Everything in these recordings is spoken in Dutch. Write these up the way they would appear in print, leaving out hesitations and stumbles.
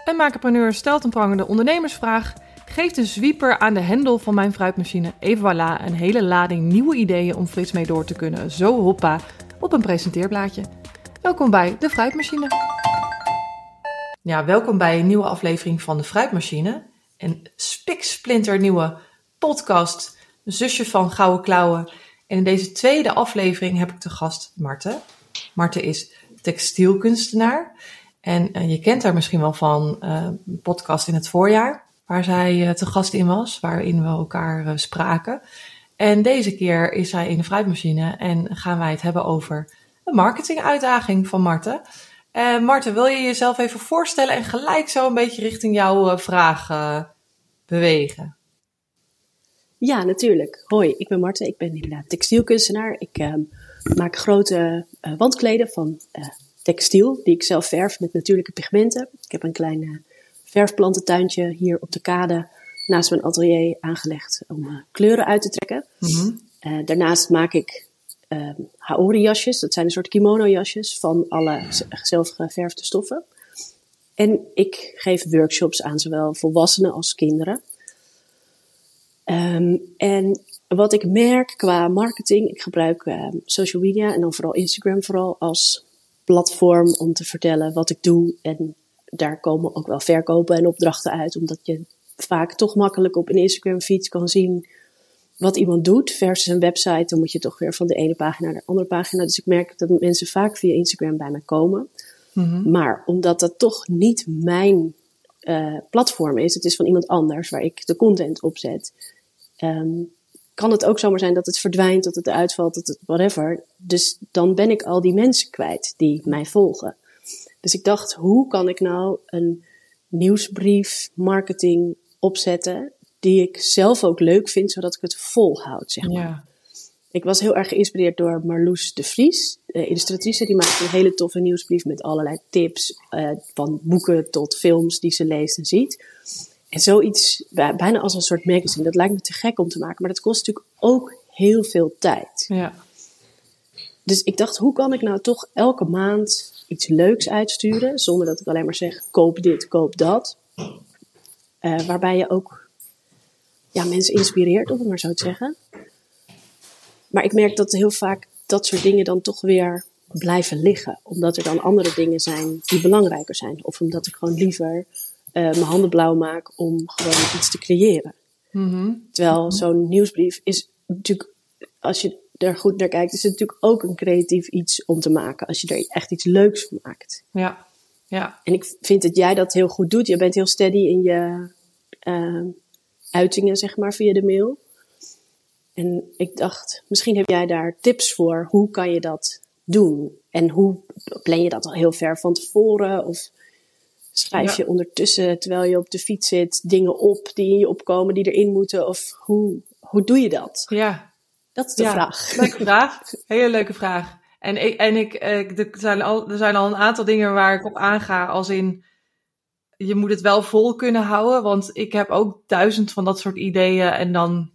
Een makepreneur stelt een prangende ondernemersvraag, geeft de zwieper aan de hendel van mijn fruitmachine et voilà, een hele lading nieuwe ideeën om fris mee door te kunnen. Zo hoppa, op een presenteerblaadje. Welkom bij de Fruitmachine. Ja, welkom bij een nieuwe aflevering van de Fruitmachine. Een spiksplinternieuwe podcast, zusje van Gouden Klauwen. En in deze tweede aflevering heb ik te gast Marten. Marten is textielkunstenaar. En je kent haar misschien wel van een podcast in het voorjaar, waar zij te gast in was, waarin we elkaar spraken. En deze keer is zij in de Fruitmachine en gaan wij het hebben over een marketinguitdaging van Marten. Marten, wil je jezelf even voorstellen en gelijk zo een beetje richting jouw vraag bewegen? Ja, natuurlijk. Hoi, ik ben Marten. Ik ben inderdaad textielkunstenaar. Ik maak grote wandkleden van textiel, die ik zelf verf met natuurlijke pigmenten. Ik heb een klein verfplantentuintje hier op de kade naast mijn atelier aangelegd om kleuren uit te trekken. Mm-hmm. Daarnaast maak ik haori jasjes, dat zijn een soort kimono jasjes van alle zelfgeverfde stoffen. En ik geef workshops aan zowel volwassenen als kinderen. En wat ik merk qua marketing, ik gebruik social media en dan vooral Instagram als platform om te vertellen wat ik doe. En daar komen ook wel verkopen en opdrachten uit, omdat je vaak toch makkelijk op een Instagram feed kan zien wat iemand doet versus een website. Dan moet je toch weer van de ene pagina naar de andere pagina. Dus ik merk dat mensen vaak via Instagram bij mij komen. Mm-hmm. Maar omdat dat toch niet mijn platform is, het is van iemand anders waar ik de content op zet, kan het ook zomaar zijn dat het verdwijnt, dat het uitvalt, dat het whatever. Dus dan ben ik al die mensen kwijt die mij volgen. Dus ik dacht, hoe kan ik nou een nieuwsbrief marketing opzetten die ik zelf ook leuk vind, zodat ik het volhoud, zeg maar. Ja. Ik was heel erg geïnspireerd door Marloes de Vries, de illustratrice. Die maakt een hele toffe nieuwsbrief met allerlei tips, van boeken tot films die ze leest en ziet. En zoiets, bijna als een soort magazine, dat lijkt me te gek om te maken. Maar dat kost natuurlijk ook heel veel tijd. Ja. Dus ik dacht, hoe kan ik nou toch elke maand iets leuks uitsturen, zonder dat ik alleen maar zeg, koop dit, koop dat. Waarbij je ook mensen inspireert, om het maar zo te zeggen. Maar ik merk dat heel vaak dat soort dingen dan toch weer blijven liggen. Omdat er dan andere dingen zijn die belangrijker zijn. Of omdat ik gewoon liever mijn handen blauw maak om gewoon iets te creëren. Mm-hmm. Terwijl zo'n nieuwsbrief is natuurlijk, als je er goed naar kijkt, is het natuurlijk ook een creatief iets om te maken. Als je er echt iets leuks van maakt. Ja. Ja. En ik vind dat jij dat heel goed doet. Je bent heel steady in je uitingen, zeg maar, via de mail. En ik dacht, misschien heb jij daar tips voor. Hoe kan je dat doen? En hoe plan je dat al heel ver van tevoren? Of schrijf je ondertussen, terwijl je op de fiets zit, dingen op die in je opkomen, die erin moeten? Of hoe doe je dat? Ja. Dat is de vraag. Leuke vraag. Hele leuke vraag. Er zijn al een aantal dingen waar ik op aanga, als in, je moet het wel vol kunnen houden, want ik heb ook 1000 van dat soort ideeën en dan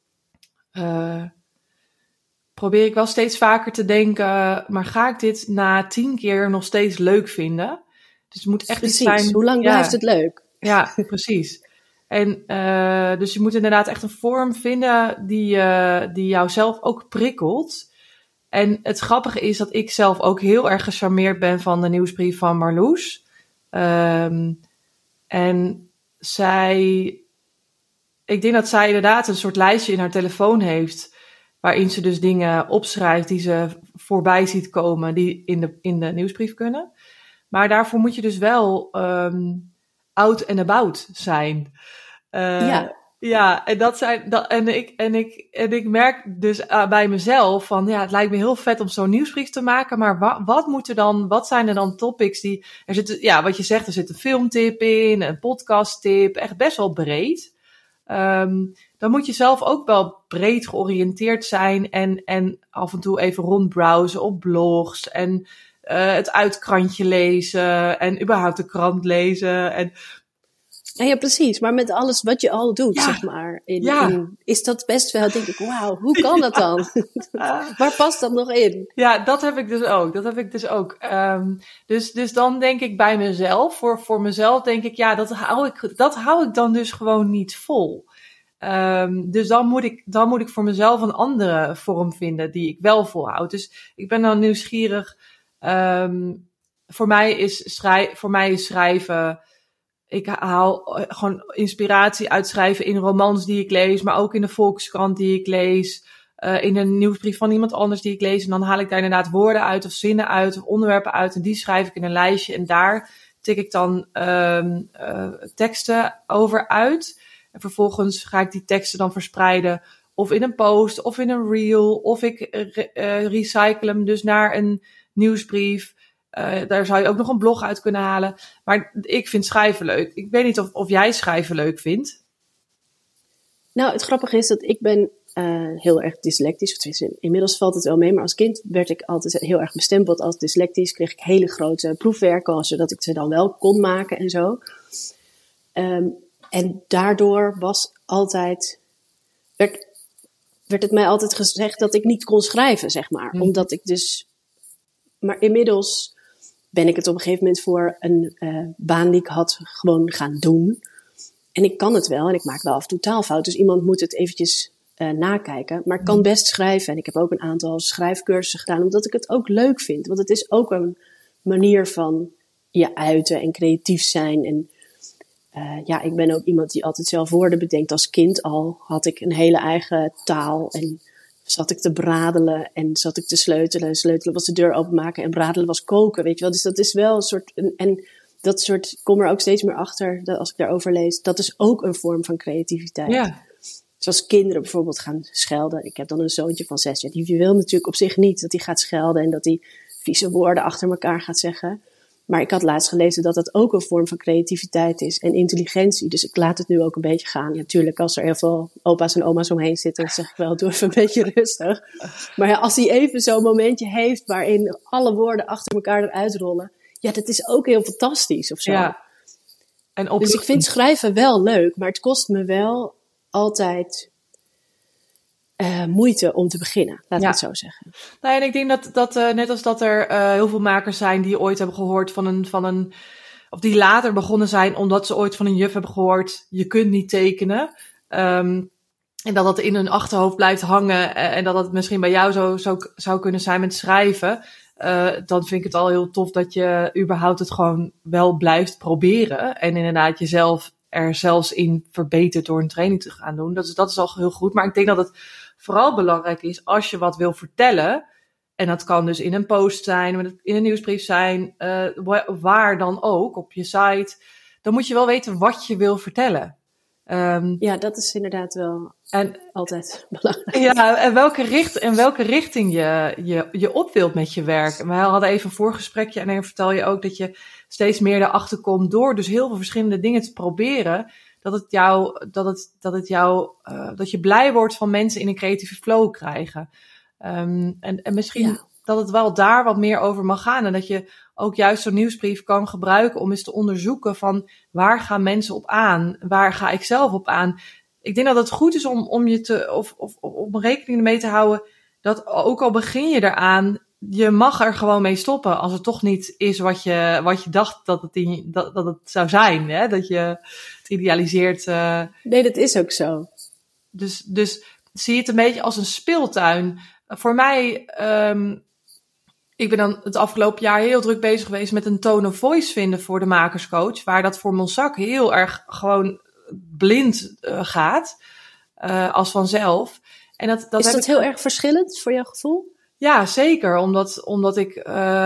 probeer ik wel steeds vaker te denken, maar ga ik dit na 10 keer nog steeds leuk vinden? Dus het moet echt iets zijn. Hoe lang blijft het leuk? Ja, precies. En dus je moet inderdaad echt een vorm vinden die jou zelf ook prikkelt. En het grappige is dat ik zelf ook heel erg gecharmeerd ben van de nieuwsbrief van Marloes. En ik denk dat zij inderdaad een soort lijstje in haar telefoon heeft, waarin ze dus dingen opschrijft die ze voorbij ziet komen, die in de nieuwsbrief kunnen. Maar daarvoor moet je dus wel out and about zijn. Ja, en ik merk dus bij mezelf van, het lijkt me heel vet om zo'n nieuwsbrief te maken, maar wat zijn er dan topics die, er zit, wat je zegt, er zit een filmtip in, een podcasttip, echt best wel breed. Dan moet je zelf ook wel breed georiënteerd zijn en af en toe even rondbrowsen op blogs en het uitkrantje lezen en überhaupt de krant lezen. Ja, precies. Maar met alles wat je al doet, zeg maar. Is dat best wel, denk ik, wauw, hoe kan dat dan? Waar past dat nog in? Ja, dat heb ik dus ook. Dus dan denk ik bij mezelf, voor mezelf denk ik, ja, dat hou ik dan dus gewoon niet vol. Dus dan moet ik voor mezelf een andere vorm vinden die ik wel volhoud. Dus ik ben dan nieuwsgierig. Voor mij is schrijven. Ik haal gewoon inspiratie uit schrijven in romans die ik lees, maar ook in de Volkskrant die ik lees, in een nieuwsbrief van iemand anders die ik lees. En dan haal ik daar inderdaad woorden uit of zinnen uit of onderwerpen uit en die schrijf ik in een lijstje en daar tik ik dan teksten over uit. En vervolgens ga ik die teksten dan verspreiden of in een post of in een reel of ik recycle hem dus naar een nieuwsbrief. Daar zou je ook nog een blog uit kunnen halen. Maar ik vind schrijven leuk. Ik weet niet of jij schrijven leuk vindt. Nou, het grappige is dat ik ben heel erg dyslectisch. Inmiddels valt het wel mee. Maar als kind werd ik altijd heel erg bestempeld als dyslectisch. Kreeg ik hele grote proefwerken, zodat ik ze dan wel kon maken en zo. En daardoor werd het mij altijd gezegd dat ik niet kon schrijven, zeg maar. Omdat ik dus... Maar inmiddels ben ik het op een gegeven moment voor een baan die ik had gewoon gaan doen. En ik kan het wel en ik maak wel af en toe taalfout. Dus iemand moet het eventjes nakijken. Maar ik kan best schrijven en ik heb ook een aantal schrijfcursussen gedaan. Omdat ik het ook leuk vind. Want het is ook een manier van je uiten en creatief zijn. En ik ben ook iemand die altijd zelf woorden bedenkt. Als kind al had ik een hele eigen taal en... zat ik te bradelen en zat ik te sleutelen. En sleutelen was de deur openmaken en bradelen was koken, weet je wel. Dus dat is wel een soort... En dat soort... Ik kom er ook steeds meer achter, dat als ik daarover lees... dat is ook een vorm van creativiteit. Ja. Zoals kinderen bijvoorbeeld gaan schelden. Ik heb dan een zoontje van 6 jaar. Die wil natuurlijk op zich niet dat hij gaat schelden... en dat hij vieze woorden achter elkaar gaat zeggen... Maar ik had laatst gelezen dat dat ook een vorm van creativiteit is en intelligentie. Dus ik laat het nu ook een beetje gaan. Ja, natuurlijk, als er heel veel opa's en oma's omheen zitten, dan zeg ik wel, doe even een beetje rustig. Maar ja, als hij even zo'n momentje heeft waarin alle woorden achter elkaar eruit rollen, ja, dat is ook heel fantastisch of zo. Ja. Dus ik vind schrijven wel leuk, maar het kost me wel altijd... moeite om te beginnen, laten we het zo zeggen. Nou, en ik denk dat net als dat er heel veel makers zijn die ooit hebben gehoord van een of die later begonnen zijn omdat ze ooit van een juf hebben gehoord, je kunt niet tekenen. En dat in hun achterhoofd blijft hangen en dat het misschien bij jou zo zou kunnen zijn met schrijven. Dan vind ik het al heel tof dat je überhaupt het gewoon wel blijft proberen. En inderdaad jezelf er zelfs in verbetert door een training te gaan doen. Dat is al heel goed. Maar ik denk dat het vooral belangrijk is als je wat wil vertellen. En dat kan dus in een post zijn, in een nieuwsbrief zijn, waar dan ook, op je site. Dan moet je wel weten wat je wil vertellen. Ja, dat is inderdaad wel altijd belangrijk. Ja, en welke richting je op wilt met je werk. We hadden even een voorgesprekje en dan vertel je ook dat je steeds meer erachter komt door dus heel veel verschillende dingen te proberen. Dat je blij wordt van mensen in een creatieve flow krijgen. En misschien dat het wel daar wat meer over mag gaan. En dat je ook juist zo'n nieuwsbrief kan gebruiken om eens te onderzoeken van waar gaan mensen op aan? Waar ga ik zelf op aan? Ik denk dat het goed is om je om rekening mee te houden dat ook al begin je eraan, je mag er gewoon mee stoppen als het toch niet is wat je dacht dat het zou zijn. Hè? Dat je het idealiseert. Nee, dat is ook zo. Dus zie het een beetje als een speeltuin. Voor mij, ik ben dan het afgelopen jaar heel druk bezig geweest met een tone of voice vinden voor de makerscoach. Waar dat voor Monsac heel erg gewoon blind gaat. Als vanzelf. En is dat heel erg verschillend voor jouw gevoel? Ja, zeker. Omdat ik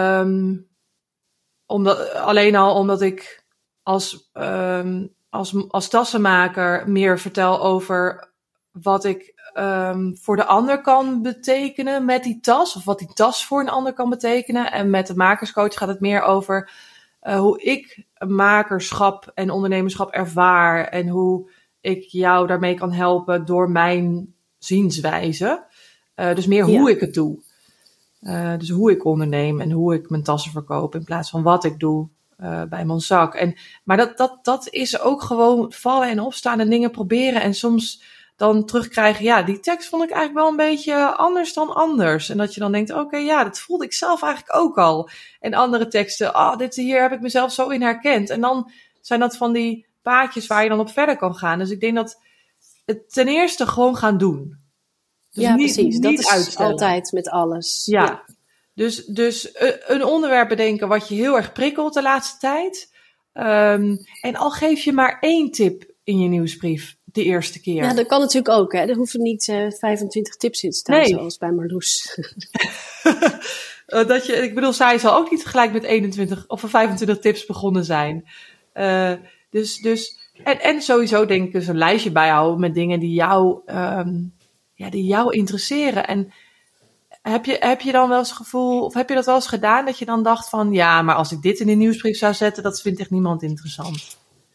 als tassenmaker meer vertel over wat ik voor de ander kan betekenen met die tas. Of wat die tas voor een ander kan betekenen. En met de makerscoach gaat het meer over hoe ik makerschap en ondernemerschap ervaar. En hoe ik jou daarmee kan helpen door mijn zienswijze. Dus meer hoe ik het doe. Dus hoe ik onderneem en hoe ik mijn tassen verkoop in plaats van wat ik doe. bij Monsac. Maar dat is ook gewoon vallen en opstaan en dingen proberen. En soms dan terugkrijgen, ja, die tekst vond ik eigenlijk wel een beetje anders dan anders. En dat je dan denkt, oké, ja, dat voelde ik zelf eigenlijk ook al. En andere teksten, dit hier heb ik mezelf zo in herkend. En dan zijn dat van die paadjes waar je dan op verder kan gaan. Dus ik denk dat het ten eerste gewoon gaan doen. Dus ja, precies. Niet dat is uitstellen. altijd met alles. Ja. Dus een onderwerp bedenken wat je heel erg prikkelt de laatste tijd. En al geef je maar 1 tip in je nieuwsbrief de eerste keer. Ja, dat kan natuurlijk ook. Hè. Er hoeven niet 25 tips in te staan, zoals bij Marloes. Ik bedoel, zij zal ook niet gelijk met 21 of 25 tips begonnen zijn. En sowieso denk ik dus een lijstje bijhouden met dingen die jou interesseren. En heb je dan wel eens het gevoel, of heb je dat wel eens gedaan, dat je dan dacht van, ja, maar als ik dit in de nieuwsbrief zou zetten, dat vindt echt niemand interessant?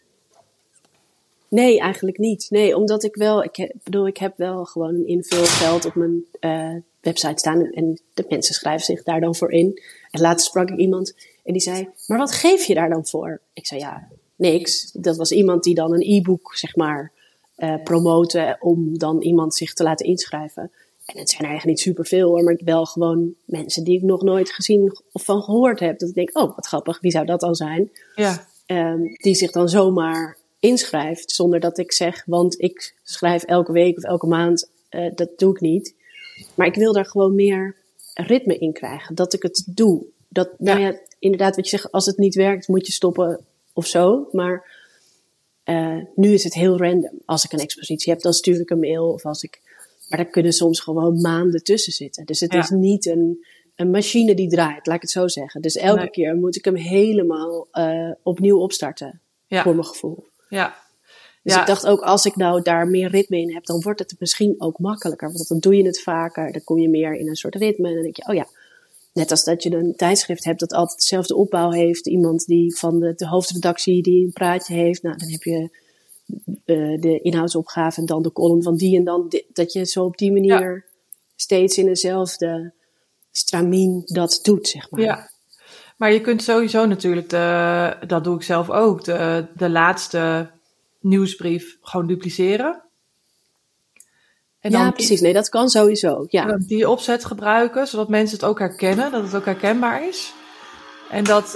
Nee, eigenlijk niet. Nee, omdat ik heb wel gewoon een invulveld op mijn website staan. En de mensen schrijven zich daar dan voor in. En laatst sprak ik iemand en die zei, maar wat geef je daar dan voor? Ik zei, ja, niks. Dat was iemand die dan een e-book, zeg maar, promoten om dan iemand zich te laten inschrijven. En het zijn er eigenlijk niet superveel hoor, maar wel gewoon mensen die ik nog nooit gezien of van gehoord heb. Dat ik denk, oh, wat grappig, wie zou dat dan zijn? Ja. Die zich dan zomaar inschrijft, zonder dat ik zeg, want ik schrijf elke week of elke maand, dat doe ik niet. Maar ik wil daar gewoon meer ritme in krijgen, dat ik het doe. Nou ja, inderdaad wat je zegt, als het niet werkt, moet je stoppen of zo. Maar nu is het heel random. Als ik een expositie heb, dan stuur ik een mail. Maar daar kunnen soms gewoon maanden tussen zitten. Dus het is niet een machine die draait, laat ik het zo zeggen. Dus elke keer moet ik hem helemaal opnieuw opstarten, voor mijn gevoel. Ja. Dus ik dacht ook, als ik nou daar meer ritme in heb, dan wordt het misschien ook makkelijker. Want dan doe je het vaker, dan kom je meer in een soort ritme. En dan denk je, oh ja, net als dat je een tijdschrift hebt dat altijd dezelfde opbouw heeft. Iemand die van de hoofdredactie die een praatje heeft. Nou, dan heb je de inhoudsopgave en dan de column van die. En dan dat je zo op die manier steeds in dezelfde stramien dat doet, zeg maar. Ja. Maar je kunt sowieso natuurlijk, dat doe ik zelf ook, de laatste nieuwsbrief gewoon dupliceren. En dan precies. Nee, dat kan sowieso. Ja. Die opzet gebruiken, zodat mensen het ook herkennen, dat het ook herkenbaar is. En dan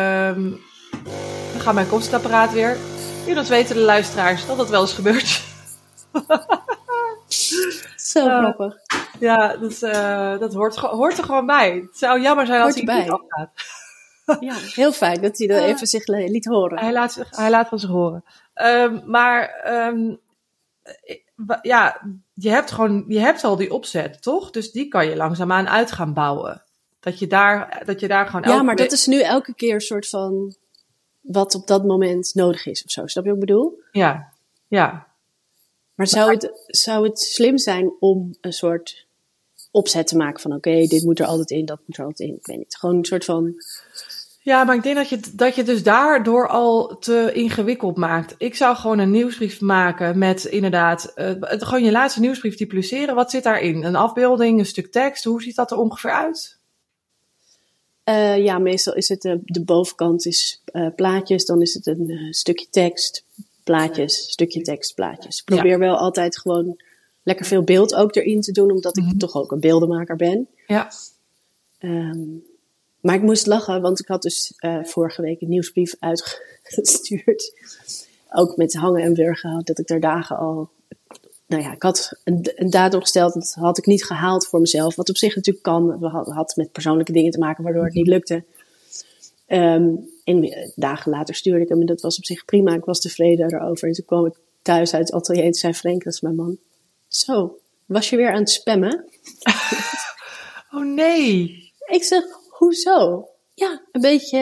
gaat mijn koffiezetapparaat weer. Dat weten de luisteraars, dat wel eens gebeurt. Zo grappig. Ja, dat hoort er gewoon bij. Het zou jammer zijn als hij niet afgaat. Ja, heel fijn dat hij er even zich liet horen. Hij laat van zich horen. Je hebt al die opzet, toch? Dus die kan je langzaamaan uit gaan bouwen. Dat je daar gewoon... Ja, maar dat is nu elke keer een soort van wat op dat moment nodig is of zo. Snap je wat ik bedoel? Ja. Maar zou het slim zijn om een soort opzet te maken van oké, dit moet er altijd in, dat moet er altijd in. Ik weet niet. Gewoon een soort van... Ja, maar ik denk dat je dus daardoor al te ingewikkeld maakt. Ik zou gewoon een nieuwsbrief maken met inderdaad... gewoon je laatste nieuwsbrief dupliceren. Wat zit daarin? Een afbeelding, een stuk tekst? Hoe ziet dat er ongeveer uit? Meestal is het de bovenkant is plaatjes. Dan is het een stukje tekst, plaatjes, stukje tekst, plaatjes. Ik probeer wel altijd gewoon lekker veel beeld ook erin te doen. Omdat ik toch ook een beeldenmaker ben. Ja. Maar ik moest lachen, want ik had dus vorige week een nieuwsbrief uitgestuurd. Ook met hangen en wurgen, dat ik daar dagen al... Nou ja, ik had een datum gesteld, dat had ik niet gehaald voor mezelf. Wat op zich natuurlijk kan. Had met persoonlijke dingen te maken, waardoor het niet lukte. En dagen later stuurde ik hem en dat was op zich prima. Ik was tevreden erover. En toen kwam ik thuis uit het atelier en zei Frank, dat is mijn man. Zo, was je weer aan het spammen? Oh nee! Ik zeg, hoezo? Ja, een beetje...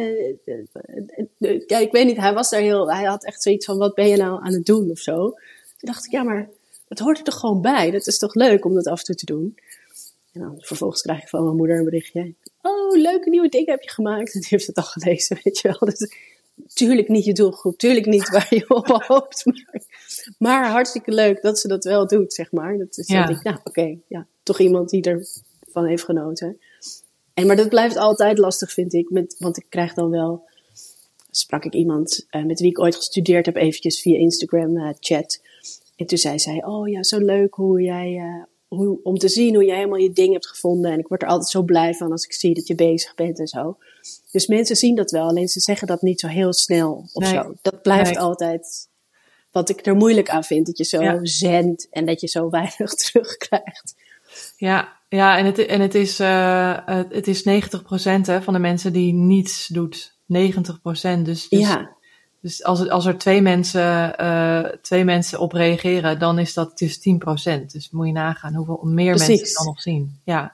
ik weet niet, hij had echt zoiets van, wat ben je nou aan het doen of zo? Toen dacht ik, ja, maar het hoort er toch gewoon bij? Dat is toch leuk om dat af en toe te doen? En dan vervolgens krijg ik van mijn moeder een berichtje. Oh, leuke nieuwe dingen heb je gemaakt. En die heeft het al gelezen, weet je wel. Dus, tuurlijk niet je doelgroep, tuurlijk niet waar je op hoopt. Maar hartstikke leuk dat ze dat wel doet, zeg maar. Dat is oké, toch iemand die ervan heeft genoten. Maar dat blijft altijd lastig, vind ik. Want ik krijg dan wel sprak ik iemand met wie ik ooit gestudeerd heb, eventjes via Instagram chat. En toen zei zij, oh ja, zo leuk om te zien hoe jij helemaal je ding hebt gevonden. En ik word er altijd zo blij van als ik zie dat je bezig bent en zo. Dus mensen zien dat wel, alleen ze zeggen dat niet zo heel snel of zo. Dat blijft altijd wat ik er moeilijk aan vind. Dat je zo zendt en dat je zo weinig terugkrijgt. Ja, en het is 90% hè, van de mensen die niets doet. 90%. Dus als er twee mensen op reageren, dan is dat dus 10%. Dus moet je nagaan hoeveel meer mensen het dan nog zien. Ja,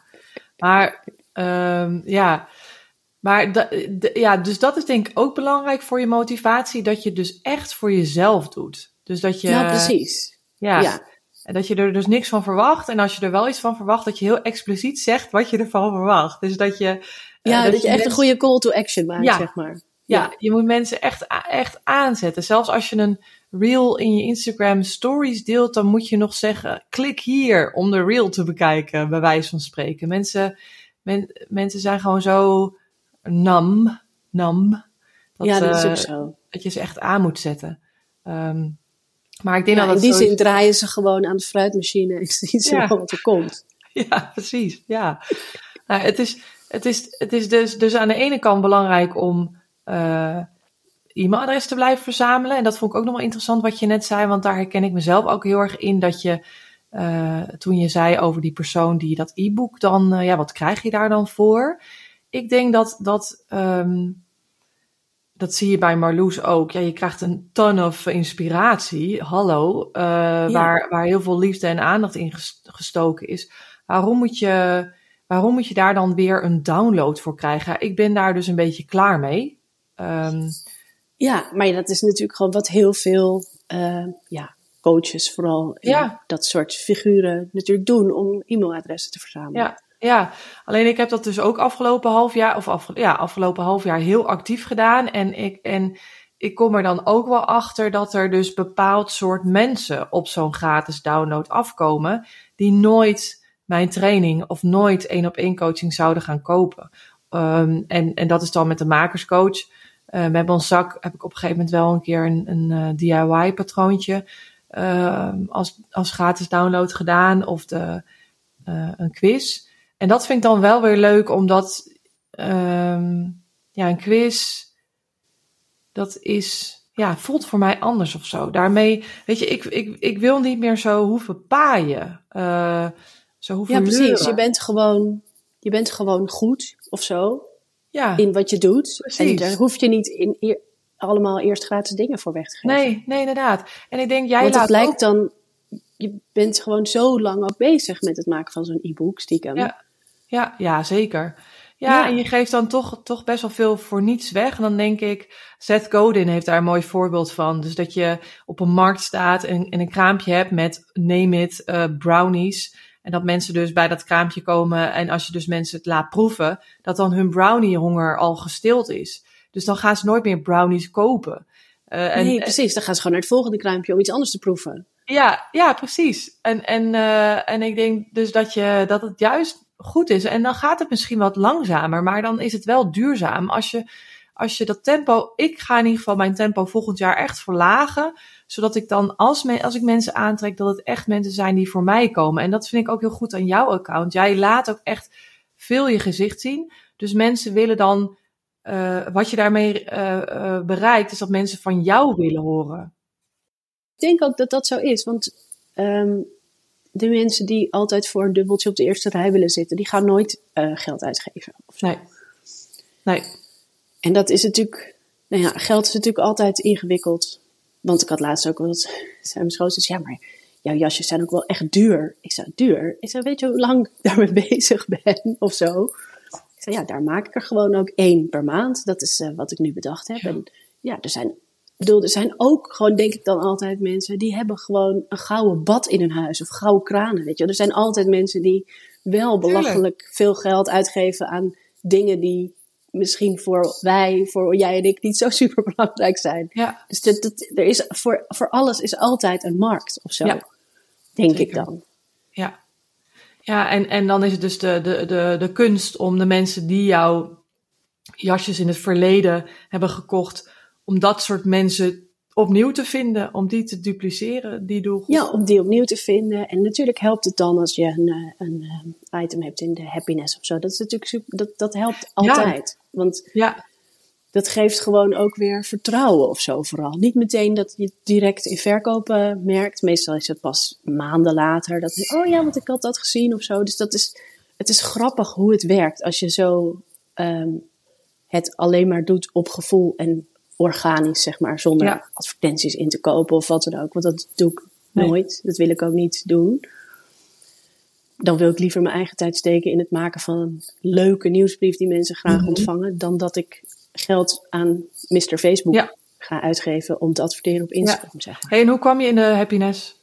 dus dat is denk ik ook belangrijk voor je motivatie, dat je dus echt voor jezelf doet. Dus dat je... Nou, precies. Ja. En dat je er dus niks van verwacht. En als je er wel iets van verwacht, dat je heel expliciet zegt wat je ervan verwacht. Dus dat je... dat je echt een goede call to action maakt, zeg maar. Ja, je moet mensen echt aanzetten. Zelfs als je een reel in je Instagram stories deelt, dan moet je nog zeggen, klik hier om de reel te bekijken, bij wijze van spreken. Mensen zijn gewoon zo nam. Dat is ook zo. Dat je ze echt aan moet zetten. Maar ik denk dat in die zin draaien ze gewoon aan de fruitmachine en zien ze wel wat er komt. Ja, precies. Ja. Nou, het is dus aan de ene kant belangrijk om e-mailadres te blijven verzamelen. En dat vond ik ook nog wel interessant wat je net zei, want daar herken ik mezelf ook heel erg in, dat je toen je zei over die persoon die dat e-book dan, wat krijg je daar dan voor? Ik denk dat zie je bij Marloes ook. Ja, je krijgt een ton of inspiratie. Hallo. Waar heel veel liefde en aandacht in gestoken is. Waarom moet je daar dan weer een download voor krijgen? Ik ben daar dus een beetje klaar mee. Ja, maar dat is natuurlijk gewoon wat heel veel coaches vooral dat soort figuren natuurlijk doen om e-mailadressen te verzamelen. Ja, alleen ik heb dat dus ook afgelopen half jaar heel actief gedaan. En ik kom er dan ook wel achter dat er dus bepaald soort mensen op zo'n gratis download afkomen die nooit mijn training of nooit 1-op-1 coaching zouden gaan kopen. En dat is dan met de makerscoach. Met Bonsac heb ik op een gegeven moment wel een keer een DIY patroontje als gratis download gedaan of een quiz. En dat vind ik dan wel weer leuk, omdat een quiz, dat voelt voor mij anders of zo. Daarmee, weet je, ik wil niet meer zo hoeven paaien. Zo hoeven precies. leuren. Je bent gewoon goed of zo in wat je doet. Precies. En daar hoef je niet allemaal eerst gratis dingen voor weg te geven. Nee, inderdaad. En ik denk, want het lijkt dan, je bent gewoon zo lang ook bezig met het maken van zo'n e-book, stiekem. Ja, zeker. Ja, en je geeft dan toch best wel veel voor niets weg. En dan denk ik, Seth Godin heeft daar een mooi voorbeeld van. Dus dat je op een markt staat en een kraampje hebt met, name it, brownies. En dat mensen dus bij dat kraampje komen. En als je dus mensen het laat proeven, dat dan hun brownie-honger al gestild is. Dus dan gaan ze nooit meer brownies kopen. Nee, precies. Dan gaan ze gewoon naar het volgende kraampje om iets anders te proeven. Ja, precies. En ik denk dus dat het juist goed is. En dan gaat het misschien wat langzamer, maar dan is het wel duurzaam. Als je dat tempo, ik ga in ieder geval mijn tempo volgend jaar echt verlagen, zodat ik dan, als ik mensen aantrek, dat het echt mensen zijn die voor mij komen. En dat vind ik ook heel goed aan jouw account. Jij laat ook echt veel je gezicht zien. Dus mensen willen dan, wat je daarmee bereikt, is dat mensen van jou willen horen. Ik denk ook dat dat zo is, want de mensen die altijd voor een dubbeltje op de eerste rij willen zitten, die gaan nooit geld uitgeven. Nee. En dat is natuurlijk, geld is natuurlijk altijd ingewikkeld. Want ik had laatst ook wel, zei mijn schoonzus, ja, maar jouw jasjes zijn ook wel echt duur. Ik zei, duur? Ik zei, weet je hoe lang ik daarmee bezig ben of zo? Ik zei, daar maak ik er gewoon ook 1 per maand. Dat is wat ik nu bedacht heb. Ja. En er zijn ook gewoon, denk ik dan altijd, mensen die hebben gewoon een gouden bad in hun huis of gouden kranen, weet je. Er zijn altijd mensen die wel belachelijk veel geld uitgeven aan dingen die misschien voor jij en ik niet zo super belangrijk zijn. Ja. Dus er is voor alles is altijd een markt of zo, denk ik dan. Ja, en dan is het dus de kunst om de mensen die jouw jasjes in het verleden hebben gekocht, om dat soort mensen opnieuw te vinden, om die te dupliceren, die doelgroep. Ja, om die opnieuw te vinden. En natuurlijk helpt het dan als je een item hebt in de happiness of zo. Dat is natuurlijk super, dat helpt altijd. Want dat geeft gewoon ook weer vertrouwen of zo vooral. Niet meteen dat je direct in verkopen merkt. Meestal is het pas maanden later dat je, oh ja, want ik had dat gezien of zo. Dus het is grappig hoe het werkt als je zo het alleen maar doet op gevoel en organisch, zeg maar, zonder advertenties in te kopen of wat dan ook. Want dat doe ik nooit. Dat wil ik ook niet doen. Dan wil ik liever mijn eigen tijd steken in het maken van een leuke nieuwsbrief die mensen graag ontvangen, dan dat ik geld aan Mr. Facebook ga uitgeven om te adverteren op Instagram. Zeg maar. Hey, en hoe kwam je in de happiness?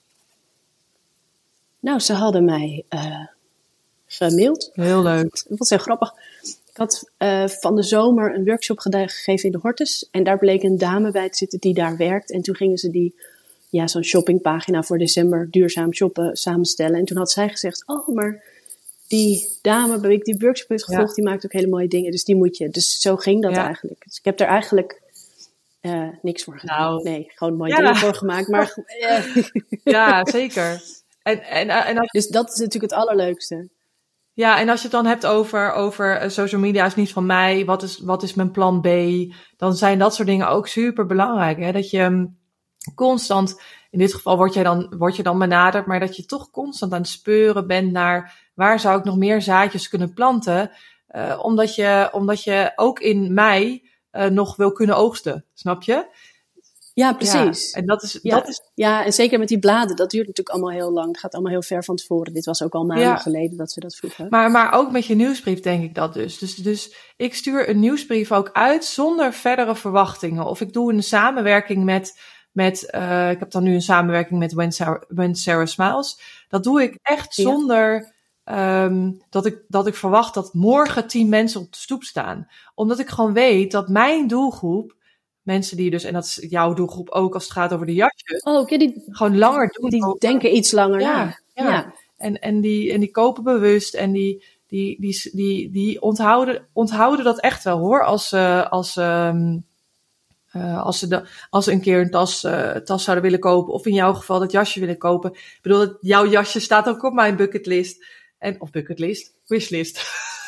Nou, ze hadden mij gemaild. Heel leuk. Dat was heel grappig. Ik had van de zomer een workshop gegeven in de Hortus. En daar bleek een dame bij te zitten die daar werkt. En toen gingen ze zo'n shoppingpagina voor december duurzaam shoppen samenstellen. En toen had zij gezegd, oh, maar die dame bij wie ik die workshop heeft gevolgd, die maakt ook hele mooie dingen. Dus die moet je. Dus zo ging dat eigenlijk. Dus ik heb er eigenlijk niks voor gedaan. Nou, nee, gewoon mooie dingen voor gemaakt. Maar, ja, zeker. En dus dat is natuurlijk het allerleukste. Ja, en als je het dan hebt over social media is niet van mij, wat is mijn plan B? Dan zijn dat soort dingen ook super belangrijk. Hè? Dat je constant, in dit geval word je dan benaderd, maar dat je toch constant aan het speuren bent naar waar zou ik nog meer zaadjes kunnen planten? Omdat je ook in mei nog wil kunnen oogsten, snap je? Ja, precies. Ja, en dat is... Ja, en zeker met die bladen, dat duurt natuurlijk allemaal heel lang. Het gaat allemaal heel ver van tevoren. Dit was ook al maanden geleden dat ze dat vroegen. Maar ook met je nieuwsbrief denk ik dat dus. Dus ik stuur een nieuwsbrief ook uit zonder verdere verwachtingen. Of ik doe een samenwerking met ik heb dan nu een samenwerking met When Sarah Smiles. Dat doe ik echt zonder dat ik verwacht dat morgen 10 mensen op de stoep staan. Omdat ik gewoon weet dat mijn doelgroep, mensen die dus, en dat is jouw doelgroep ook als het gaat over de jasjes. Oh, oké, die gewoon langer doen. Die denken iets langer na. Ja. En die kopen bewust en die onthouden dat echt wel hoor. Als ze een keer een tas zouden willen kopen. Of in jouw geval dat jasje willen kopen. Ik bedoel, jouw jasje staat ook op mijn bucketlist. Of bucketlist, wishlist.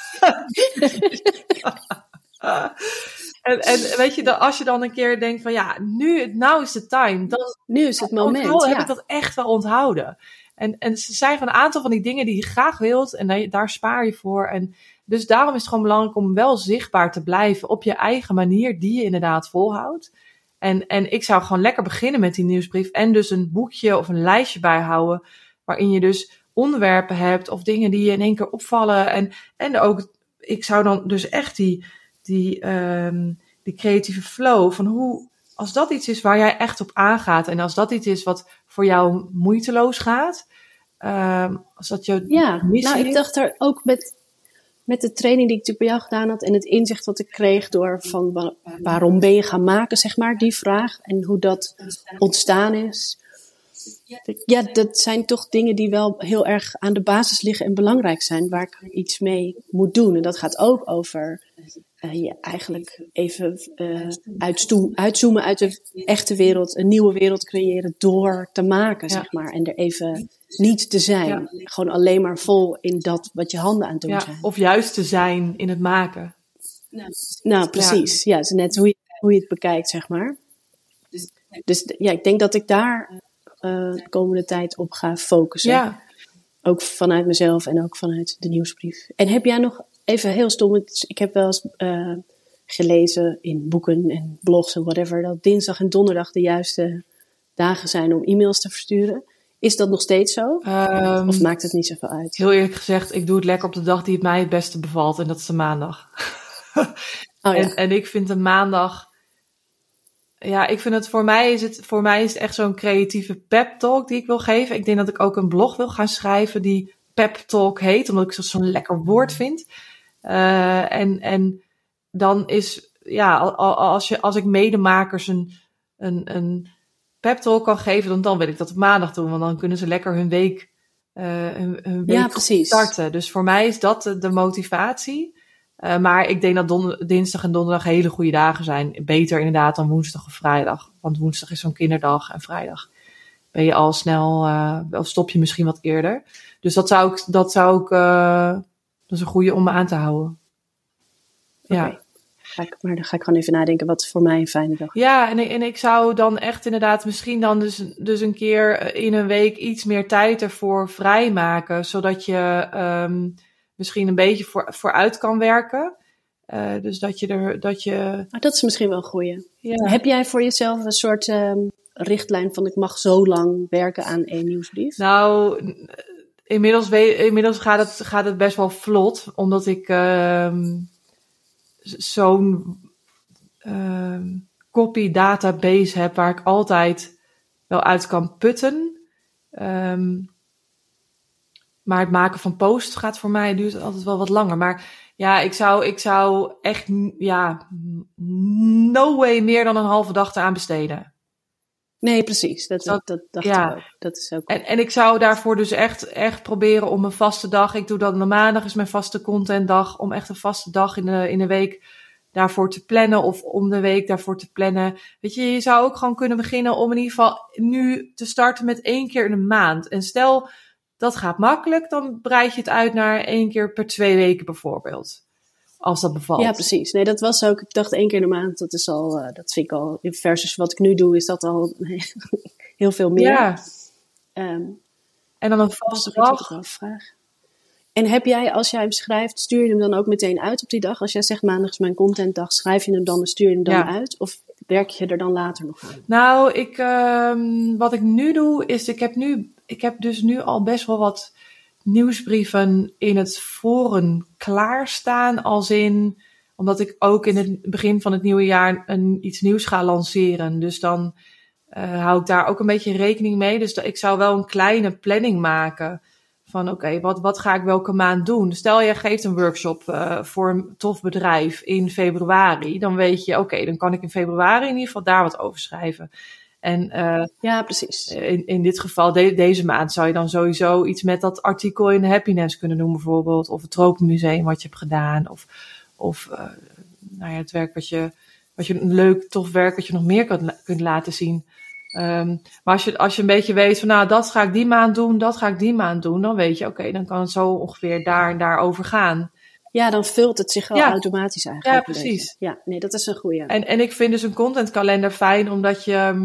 En weet je, als je dan een keer denkt van ja, nou is de time. Nu is het moment. Heb ik dat echt wel onthouden. En ze zijn van een aantal van die dingen die je graag wilt. En daar spaar je voor. En dus daarom is het gewoon belangrijk om wel zichtbaar te blijven op je eigen manier die je inderdaad volhoudt. En ik zou gewoon lekker beginnen met die nieuwsbrief. En dus een boekje of een lijstje bijhouden. Waarin je dus onderwerpen hebt of dingen die je in één keer opvallen. En ook, ik zou dan dus echt die creatieve flow van hoe, als dat iets is waar jij echt op aangaat en als dat iets is wat voor jou moeiteloos gaat, als dat je missie ik dacht er ook met de training die ik natuurlijk bij jou gedaan had en het inzicht dat ik kreeg door van waarom ben je gaan maken, zeg maar, die vraag en hoe dat ontstaan is. Ja, dat zijn toch dingen die wel heel erg aan de basis liggen en belangrijk zijn, waar ik iets mee moet doen. En dat gaat ook over je eigenlijk even uitzoomen uit de echte wereld, een nieuwe wereld creëren door te maken, zeg maar. En er even niet te zijn. Ja. Gewoon alleen maar vol in dat wat je handen aan het doen zijn. Of juist te zijn in het maken. Nou, precies. Ja, het is net hoe je het bekijkt, zeg maar. Dus ja, ik denk dat ik daar de komende tijd op ga focussen. Ja. Ook vanuit mezelf en ook vanuit de nieuwsbrief. En heb jij nog, even heel stom, ik heb wel eens gelezen in boeken en blogs en whatever, dat dinsdag en donderdag de juiste dagen zijn om e-mails te versturen. Is dat nog steeds zo? Of maakt het niet zoveel uit? Heel eerlijk gezegd, ik doe het lekker op de dag die het mij het beste bevalt. En dat is de maandag. En ik vind de maandag... Ja, ik vind het voor mij is het echt zo'n creatieve pep talk die ik wil geven. Ik denk dat ik ook een blog wil gaan schrijven die pep talk heet. Omdat ik zo'n lekker woord vind. En dan is... Ja, als ik medemakers een pep talk kan geven, dan wil ik dat op maandag doen. Want dan kunnen ze lekker hun week starten. Dus voor mij is dat de motivatie. Maar ik denk dat dinsdag en donderdag hele goede dagen zijn. Beter inderdaad dan woensdag of vrijdag. Want woensdag is zo'n kinderdag en vrijdag ben je al snel, of stop je misschien wat eerder. Dus dat is een goede om me aan te houden. Ja. Okay. Maar dan ga ik gewoon even nadenken wat voor mij een fijne dag is. Ja, en ik zou dan echt inderdaad misschien dan dus een keer in een week iets meer tijd ervoor vrijmaken. Zodat je misschien een beetje vooruit kan werken. Dus dat je... Maar dat is misschien wel een goeie. Ja. Heb jij voor jezelf een soort richtlijn van ik mag zo lang werken aan 1 nieuwsbrief? Nou, inmiddels gaat het best wel vlot. Omdat ik zo'n copy database heb waar ik altijd wel uit kan putten. Maar het maken van posts gaat voor mij duurt altijd wel wat langer. Maar ja, ik zou echt no way meer dan een halve dag eraan besteden. Nee, precies. Dat dacht ik ook. Dat is ook. En ik zou daarvoor dus echt proberen om een vaste dag. Ik doe dan de maandag is mijn vaste contentdag. Om echt een vaste dag in de week daarvoor te plannen. Of om de week daarvoor te plannen. Weet je zou ook gewoon kunnen beginnen om in ieder geval nu te starten met 1 keer in de maand. En stel dat gaat makkelijk, dan breid je het uit naar 1 keer per 2 weken bijvoorbeeld. Als dat bevalt. Ja, precies. Nee, dat was ook, ik dacht 1 keer in de maand, dat is al, dat vind ik al, versus wat ik nu doe, is dat al heel veel meer. Ja. En dan een vaste dag. En heb jij, als jij hem schrijft, stuur je hem dan ook meteen uit op die dag? Als jij zegt maandag is mijn contentdag, schrijf je hem dan en stuur je hem dan uit? Of werk je er dan later nog aan? Nou, wat ik nu doe, is ik heb dus nu al best wel wat nieuwsbrieven in het forum klaarstaan. Omdat ik ook in het begin van het nieuwe jaar iets nieuws ga lanceren. Dus dan hou ik daar ook een beetje rekening mee. Dus ik zou wel een kleine planning maken. Van oké, wat ga ik welke maand doen? Stel je geeft een workshop voor een tof bedrijf in februari. Dan weet je, oké, dan kan ik in februari in ieder geval daar wat over schrijven. En ja, precies. In dit geval, deze maand zou je dan sowieso iets met dat artikel in Happiness kunnen doen bijvoorbeeld. Of het Tropenmuseum wat je hebt gedaan. Of het werk wat je een leuk, tof werk wat je nog meer kunt laten zien. Maar als je een beetje weet van nou, dat ga ik die maand doen, dat ga ik die maand doen. Dan weet je, oké, dan kan het zo ongeveer daar en daar over gaan. Ja, dan vult het zich wel automatisch eigenlijk. Ja, precies. Ja, nee, dat is een goeie. En ik vind dus een contentkalender fijn, omdat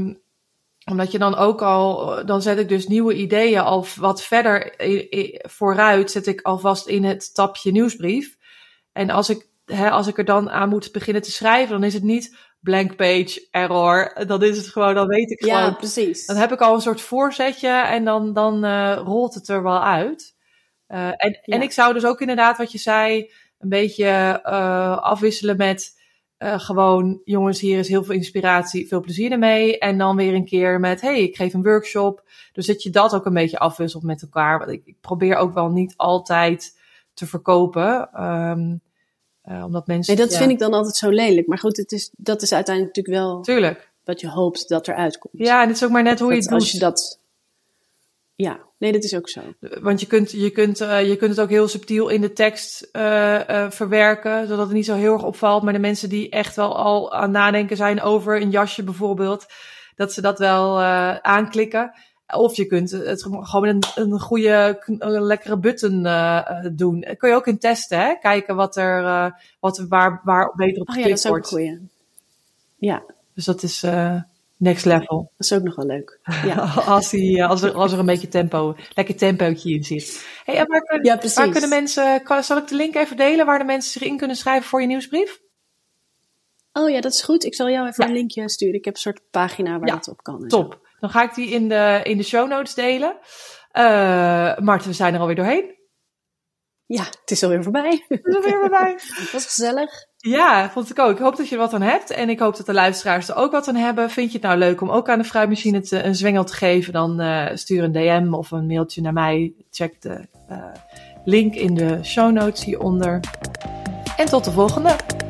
je dan ook al, dan zet ik dus nieuwe ideeën al wat verder vooruit, zet ik alvast in het tapje nieuwsbrief. En als ik er dan aan moet beginnen te schrijven, dan is het niet blank page, error. Dan is het gewoon, dan weet ik gewoon. Ja, precies. Dan heb ik al een soort voorzetje en dan rolt het er wel uit. En ik zou dus ook inderdaad, wat je zei, een beetje afwisselen met gewoon, jongens, hier is heel veel inspiratie, veel plezier ermee. En dan weer een keer met, hey, ik geef een workshop. Dus dat je dat ook een beetje afwisselt met elkaar. Want ik probeer ook wel niet altijd te verkopen. Omdat mensen... Nee, dat vind ik dan altijd zo lelijk. Maar goed, dat is uiteindelijk natuurlijk wel... Tuurlijk. Wat je hoopt dat eruit komt. Ja, en het is ook maar net hoe je het doet. Als je dat... Ja, nee, dat is ook zo. Want je kunt het ook heel subtiel in de tekst verwerken, zodat het niet zo heel erg opvalt. Maar de mensen die echt wel al aan nadenken zijn over een jasje bijvoorbeeld, dat ze dat wel aanklikken. Of je kunt het gewoon een goede, lekkere button doen. Dat kun je ook in testen, hè? Kijken waar beter op geklikt wordt. Ja, dat is ook een goeie. Ja. Dus dat is next level. Dat is ook nog wel leuk. Ja. als er een beetje lekker tempootje in zit. Hey, en waar kunnen mensen, zal ik de link even delen waar de mensen zich in kunnen schrijven voor je nieuwsbrief? Oh ja, dat is goed. Ik zal jou even een linkje sturen. Ik heb een soort pagina waar dat op kan. Top. Zo. Dan ga ik die in de show notes delen. Marten, we zijn er alweer doorheen. Ja, het is alweer voorbij. Het was gezellig. Ja, vond ik ook. Ik hoop dat je er wat aan hebt. En ik hoop dat de luisteraars er ook wat aan hebben. Vind je het nou leuk om ook aan de fruitmachine een zwengel te geven? Dan stuur een DM of een mailtje naar mij. Check de link in de show notes hieronder. En tot de volgende.